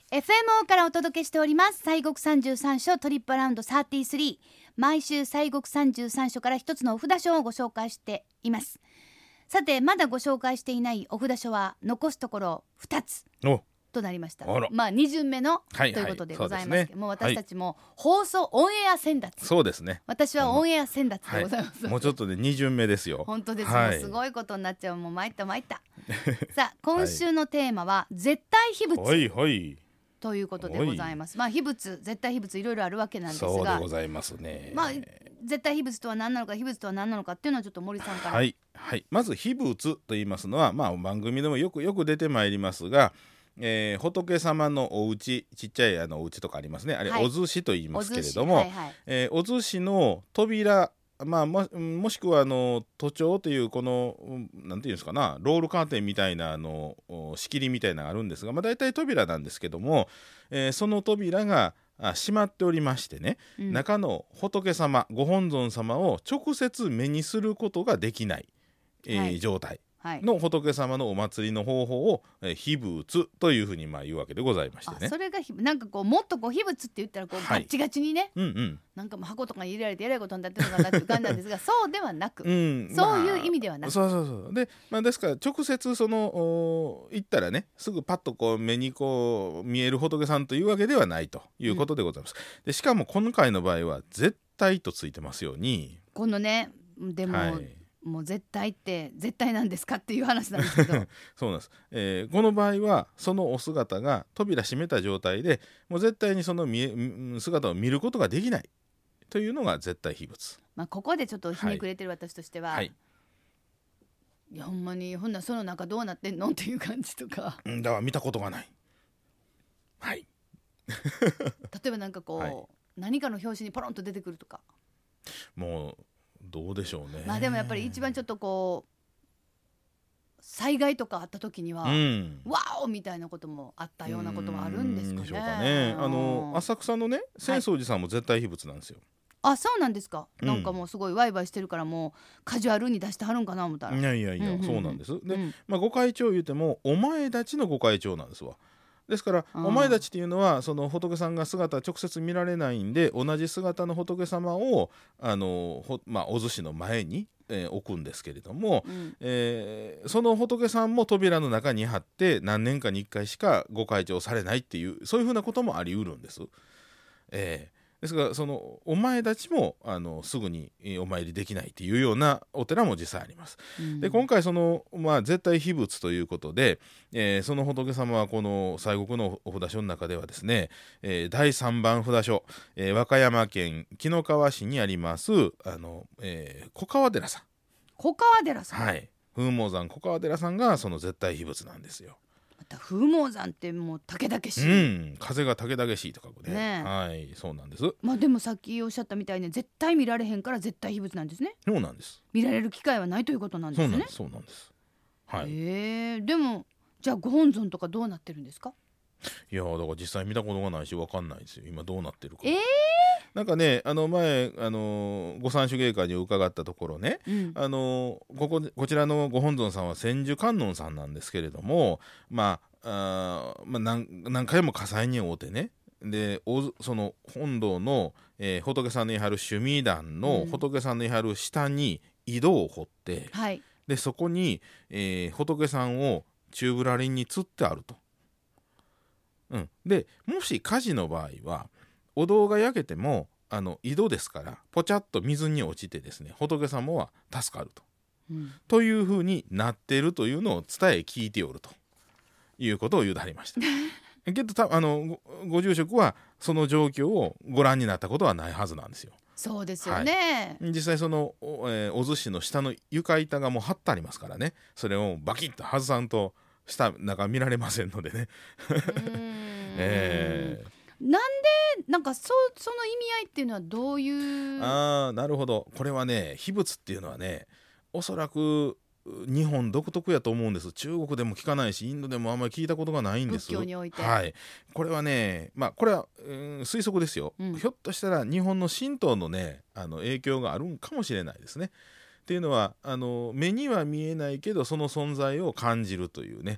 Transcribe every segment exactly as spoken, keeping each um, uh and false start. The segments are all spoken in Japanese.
エフエムオー からお届けしております西国三十三所トリップアラウンドさんじゅうさん。毎週西国三十三所から一つのお札書をご紹介しています。さてまだご紹介していないお札書は残すところふたつとなりました。まあに巡目の、はい、ということでございますけど、ね、もう私たちも放送、はい、オンエア先達。 そうですね。 私はオンエア先達でございます、 はい、もうちょっとでに巡目ですよ。 本当です、はい、もうすごいことになっちゃう。もう参った参ったさあ今週のテーマは絶対秘仏、 はいはいということでございます。まあ秘仏、絶対秘仏いろいろあるわけなんですが、 そうでございますね。 まあ絶対秘仏とは何なのか、秘仏とは何なのかっていうのはちょっと森さんから。 はい、はい、まず秘仏と言いますのは、まあ番組でもよくよく出てまいりますが、えー、仏様のお家、ちっちゃいあのお家とかありますね。あれ、はい、お寿司と言いますけれども、お寿司、はいはい、えー、お寿司の扉、まあ、も, もしくはあの都庁というこのなんていうんですかな、ロールカーテンみたいなあの仕切りみたいなのがあるんですが、まあ、大体扉なんですけども、えー、その扉が閉まっておりましてね、うん、中の仏様ご本尊様を直接目にすることができない、えーはい、状態の仏様のお祭りの方法を、えー、秘仏というふうにまあ言うわけでございましてね。 あ、それがなんかこうもっとこう秘仏って言ったらこう、はい、ガッチガチにね、 うんうん、 なんかもう箱とかに入れられてえらいことになってるのかなっていう感じなんですがそうではなく、うん、そういう意味ではなく、 まあ、そうそうそうで、まあ、ですから直接その行ったらねすぐパッとこう目にこう見える仏さんというわけではないということでございます、うん、でしかも今回の場合は絶対とついてますように、 このねでも、はい、もう絶対って絶対なんですかっていう話なんですけどそうなんです、えー、この場合はそのお姿が扉閉めた状態でもう絶対にその見え姿を見ることができないというのが絶対秘仏、 まあ、ここでちょっとひねくれてる私としては、はい、いやほんまにほんなその中どうなってんのっていう感じとか、 うん、だから見たことがない、はい例えばなんかこう、はい、何かの表紙にポロンと出てくるとか、 もうどうでしょうね。 まあでもやっぱり一番ちょっとこう災害とかあった時には、うん、ワオみたいなこともあったようなこともあるんですかね。 でしょうかね。あの浅草のね浅草寺さんも絶対秘仏なんですよ、 はい、あ、そうなんですか、うん、なんかもうすごいワイワイしてるからもうカジュアルに出してはるんかな思ったら、 いやいやいや、うんうんうん、そうなんです。で、うん、まあ、ご会長言うてもお前たちのご会長なんですわ。ですからお前たちっていうのはその仏さんが姿直接見られないんで、同じ姿の仏様をあの、まあ、お寿司の前に、えー、置くんですけれども、うん、えー、その仏さんも扉の中に貼って何年かにいっかいしかご開帳されないっていうそういうふうなこともありうるんです、えーですがそのお前たちもあのすぐにお参りできないっていうようなお寺も実際あります、うん、で今回その、まあ、絶対秘仏ということで、えー、その仏様はこの西国のお札所の中ではですね、えー、だいさんばん札所、えー、和歌山県紀の川市にありますあの、えー、小川寺さん小川寺さん、 はい、風毛山小川寺さんがその絶対秘仏なんですよ。 風毛山ってもう竹々しい、 うん、風が竹々しいと書くね、ね、はい、そうなんです。 まあでもさっきおっしゃったみたいに絶対見られへんから絶対秘仏なんですね。 そうなんです。 見られる機会はないということなんですね。 そうなんです、はい、 えー、でもじゃあご本尊とかどうなってるんですか。 いやだから実際見たことがないし分かんないですよ今どうなってるか。 えーなんかねあの前あの御三種芸会に伺ったところね、うん、あのこここちらのご本尊さんは千手観音さんなんですけれども、まああまあ、何, 何回も火災に遭うてねでおその本堂の、えー、仏さんのいはる趣味壇の仏さんのいはる下に井戸を掘って、うん、はい、でそこに、えー、仏さんを宙ぶらりんに吊ってあると、うん、でもし火事の場合はお堂が焼けてもあの井戸ですからポチャッと水に落ちてですね仏様は助かると、うん、というふうになっているというのを伝え聞いておるということを言うてはりましたけどたあの ご, ご住職はその状況をご覧になったことはないはずなんですよ。 そうですよね、 はい、実際その お,、えー、お寿司の下の床板がもう張ってありますからねそれをバキッと外さんと下中見られませんのでねうーん、 えーなんでなんか そ, その意味合いっていうのはどういう。 ああなるほど。これはね秘仏っていうのはねおそらく日本独特やと思うんです。中国でも聞かないしインドでもあんまり聞いたことがないんです。 仏教において、 はい、これはねまあこれは、うん、推測ですよ、うん、ひょっとしたら日本の神道のねあの影響があるんかもしれないですね。っていうのはあの目には見えないけどその存在を感じるというね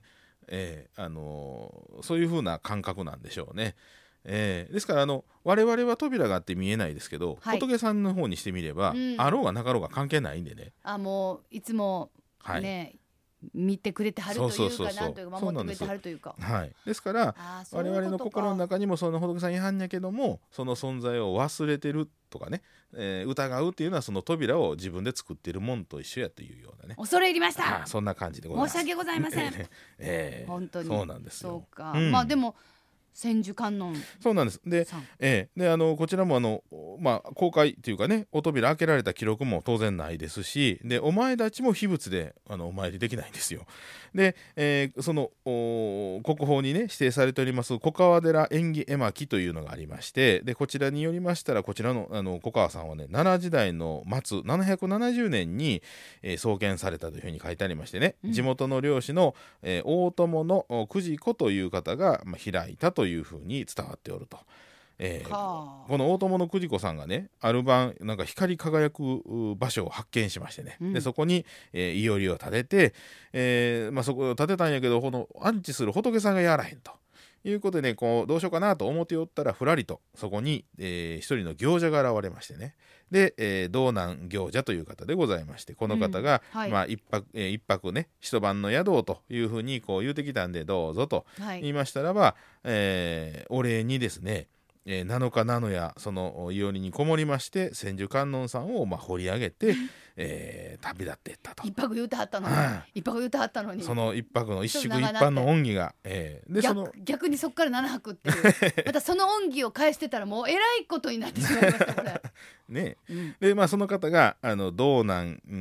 えーあのーそういう風な感覚なんでしょうね。えーですからあの我々は扉があって見えないですけど、 はい、 仏さんの方にしてみれば、 うん、 あろうがなかろうが関係ないんでね。 あもういつもはい、 ね、見てくれてはるというか、 そうそうそうそうなんというか守ってくれてはるというか、 はい、ですからあそういう我々のことか。 心の中にもその仏さん違反やけどもその存在を忘れてるとかね、えー疑うっていうのはその扉を自分で作っているもんと一緒やというようなね、 恐れ入りました。 あそんな感じでございます。 申し訳ございません。 えー、 本当にそうなんですよ。 そうか、 うん、 まあでも千手観音そうなんです。で、 さん、 えーであのこちらもあの、まあ、公開というかねお扉開けられた記録も当然ないですし、でお前たちも秘仏であのお参りできないんですよ。で、えーその国宝にね指定されております小川寺縁起絵巻というのがありまして、でこちらによりましたらこちらのあの小川さんはね奈良時代の末ななひゃくななじゅうねんに、えー創建されたというふうに書いてありましてね、 うん、 地元の漁師の、えー大友の久慈子という方が、まあ、開いたというふうに伝わっておると。えーこの大友の久慈子さんがねある晩なんか光り輝く場所を発見しましてね、うん、でそこに、えー、いおりを立てて、えーまあ、そこを建てたんやけどこの安置する仏さんがやらへんということでねこうどうしようかなと思っておったらふらりとそこに、えー、一人の行者が現れましてね、で、えー、道南行者という方でございまして、この方が、うんはいまあ、一泊、えー、一泊ね一晩の宿をというふうにこう言うてきたんでどうぞと言いましたらば、はい、えー、お礼にですねえー、なのかなのやそのいおりにこもりまして千手観音さんをまあ掘り上げて、えー、旅立っていったと。 一泊言うてはったのに、は一泊言うてはったのにその一泊の一宿一般の恩義が、えー、で逆その逆にそこからななはくっていうまたその恩義を返してたらもうえらいことになってしまいましたこれね、うん、でまあその方があの道南、うん、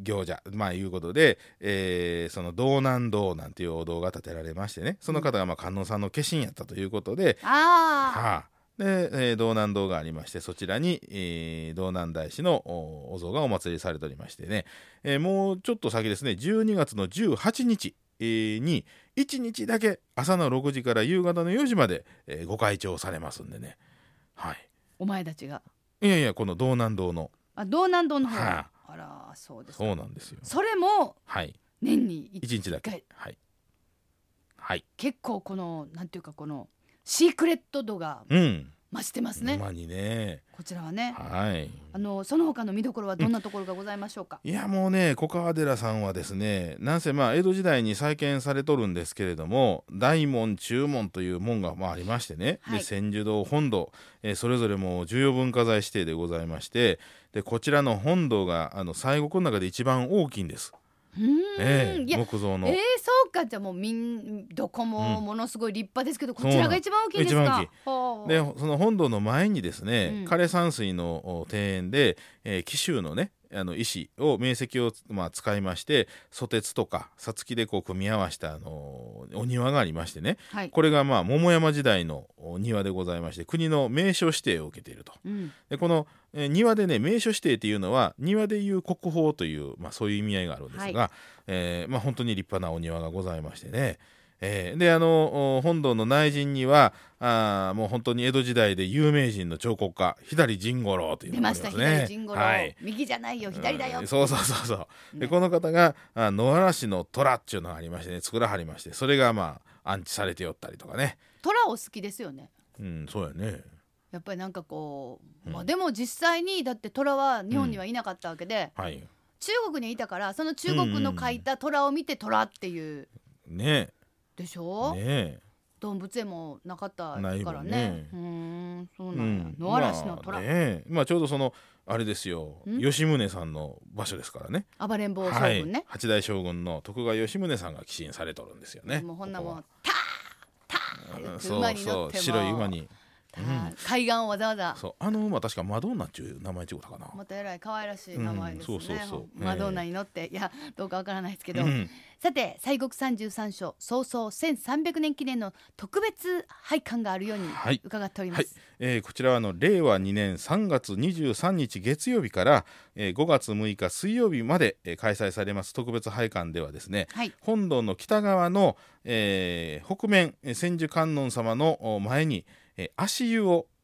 行者まあいうことで、えー、その道南道南というお堂が建てられましてね、その方がまあ観音さんの化身やったということで、 うん、ああ、 はあで、えー、道南堂がありましてそちらに、えー、道南大師の お, お像がお祭りされておりましてね、えー、もうちょっと先ですねじゅうにがつのじゅうはちにち、えー、にいちにちだけ朝のろくじから夕方のよじまで、えー、ご開帳されますんでね、はい、 お前たちがいやいやこの道南堂のあ道南堂の方、はあ、 あらそうですそうなんですよ。 それも年にいちにちだけ、はいはい、 結構このなんていうかこのシークレット度が増してますね、 うん、まにねこちらはね、 はい、 あのその他の見どころはどんなところがございましょうか。 うん、いやもうね小川寺さんはですねなんせまあ江戸時代に再建されとるんですけれども大門中門という門がまあありましてね、はい、で千手堂本堂、えー、それぞれも重要文化財指定でございまして、でこちらの本堂があの西国の中で一番大きいんです。 うーん、 えー、 いや木造の、 えー、そうかじゃあもうみんどこもものすごい立派ですけど、うん、こちらが一番大きいんですか。 一番大きいでその本堂の前にですね、うん、枯山水の庭園で、えー、紀州のねあの石を名石を、まあ、使いまして蘇鉄とかさつきでこう組み合わせたあのお庭がありましてね、はい、これがまあ桃山時代の庭でございまして国の名所指定を受けていると、うん、でこの、えー、庭でね名所指定っていうのは庭でいう国宝という、まあ、そういう意味合いがあるんですが、はい、えーまあ、本当に立派なお庭がございましてね、えー、であの本堂の内陣にはあもう本当に江戸時代で有名人の彫刻家左甚五郎というのがありますね。 出ました左甚五郎、はい、右じゃないよ左だよ、 うん、そうそうそうそう、ね、でこの方があ野原市の虎っていうのがありましてね作らはりまして、それがまあ安置されておったりとかね。 虎お好きですよね。 うんそうやね。 やっぱりなんかこう、うんまあ、でも実際にだって虎は日本にはいなかったわけで、うんはい、中国にいたからその中国の描いた虎を見て虎っていう、 うんうん、ねでしょ、 ね動物園もなかったからね。 ねうーんそうなんや、うん、野原市の虎、 まあねまあ、ちょうどそのあれですよ吉宗さんの場所ですからね。 暴れん坊将軍ね、はい、 八代将軍の徳川吉宗さんが寄進されとるんですよね。 もうほんなもんターターって馬に乗ってもそうそう白い馬にうん、海岸をわざわざそうあの馬確かマドンナっていう名前違うたかな。 またえらい可愛らしい名前ですね、 うん、そうそうそうマドンナに乗って、えー、いやどうかわからないですけど、うん、さて西国三十三所創創せんさんびゃくねん記念の特別拝観があるように伺っております、はいはいえー、こちらはあのれいわにねんさんがつにじゅうさんにち月曜日から、えー、ごがつむいか水曜日まで、えー、開催されます特別拝観ではですね、はい、本堂の北側の、えー、北面千手観音様の前に、えー、足湯を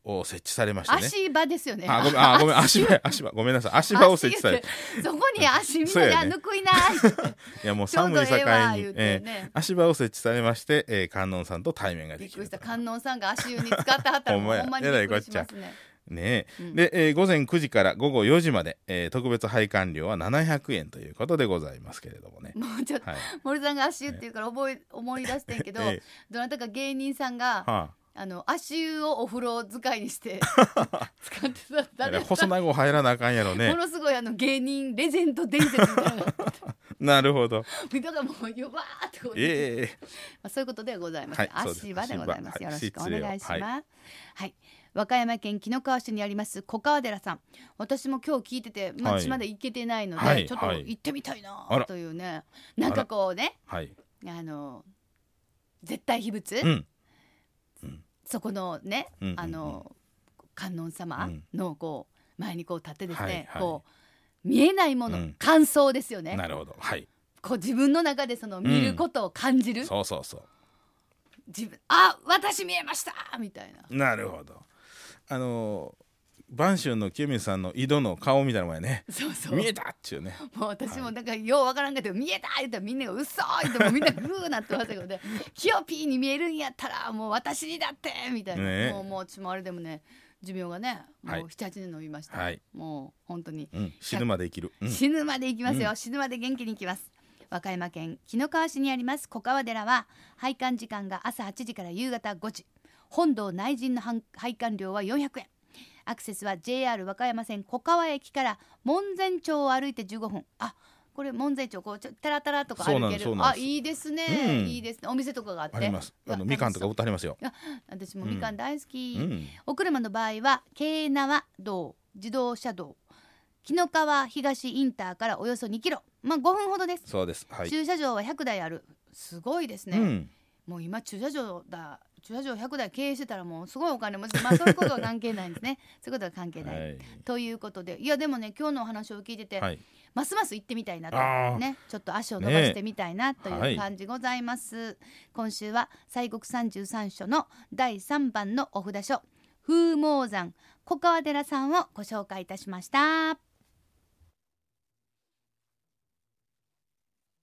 を設置されましてね。 足場ですよね。 あごめんあごめん足場足場ごめんなさい足場を設置されてそこに足みんながぬくいないやもう寒い境に、 ねえー、足場を設置されまして、えー、観音さんと対面ができる。 びっくりした。観音さんが足湯に使ってはったらほんまにびっくりしますね。 ねえ、うん、で、えー、午前くじから午後よじまで、えー、特別拝観料はななひゃくえんということでございますけれどもね。 もうちょっと、はい、森さんが足湯っていうから覚え思い出してんけど、えー、どなたか芸人さんが、はあ、あの足湯をお風呂使いにして使ってた誰か細長入らなあかんやろね。 ものすごいあの芸人レジェンド伝説みたいななるほど。 だからもうよばーってこう、 えーまあ、そういうことでございます、はい、足場でございます。よろしくお願いします。はい、はい、和歌山県紀の川市にあります小川寺さん、私も今日聞いてて町まで行けてないので、はい、ちょっと行ってみたいなというね、はい、なんかこうね、 はい、 あの絶対秘仏、 うんうん、そこのね、うんうんうん、あの観音様のこう前にこう立ってですね、はいはい、こう見えないもの、うん、感想ですよね。 なるほど、はい、 こう自分の中でその見ることを感じる、 うん、そうそうそう、 自分あ私見えましたみたいな。 なるほど。あの播州の清水さんの井戸の顔みたいなもんやね。 そうそう見えたっちゅうね。 もう私もなんかようわからんけど、はい、見えた言ったらみんなが嘘言ってもみんなグーなってましたけどねキヨピーに見えるんやったらもう私にだってみたいな、ね、もうもうちもあれでもね寿命がねもうなな、はちねん伸びました、はい、もう本当に、 うん、死ぬまで生きる、うん、 死ぬまで生きますよ、うん、死ぬまで元気に生きます。和歌山県紀の川市にあります小川寺は拝観時間が朝はちじから夕方ごじ、本堂内陣の拝観料はよんひゃくえん、アクセスは ジェイアール 和歌山線小川駅から門前町を歩いてじゅうごふん。あ、これ門前町こうちょタラタラとか歩ける。あ、いいですね、うん、いいですね。お店とかがあってあります。あのみかんとか売ってありますよ。 私もみかん大好き、 うん、 お車の場合は京奈和道自動車道紀の川東インターからおよそにキロ、まあごふんほどです。 そうです、はい、 駐車場はひゃくだいある。すごいですね、 うん、 もう今駐車場だ駐車場ひゃくだい経営してたらもうすごいお金持ち、まあそういうことは関係ないんですねそういうことは関係ない、はい、ということで、いやでもね今日のお話を聞いてて、はい、ますます行ってみたいなとね、ちょっと足を伸ばしてみたいなという感じございます、ね、今週は西国三十三所のだいさんばんのお札所風毛山小川寺さんをご紹介いたしました。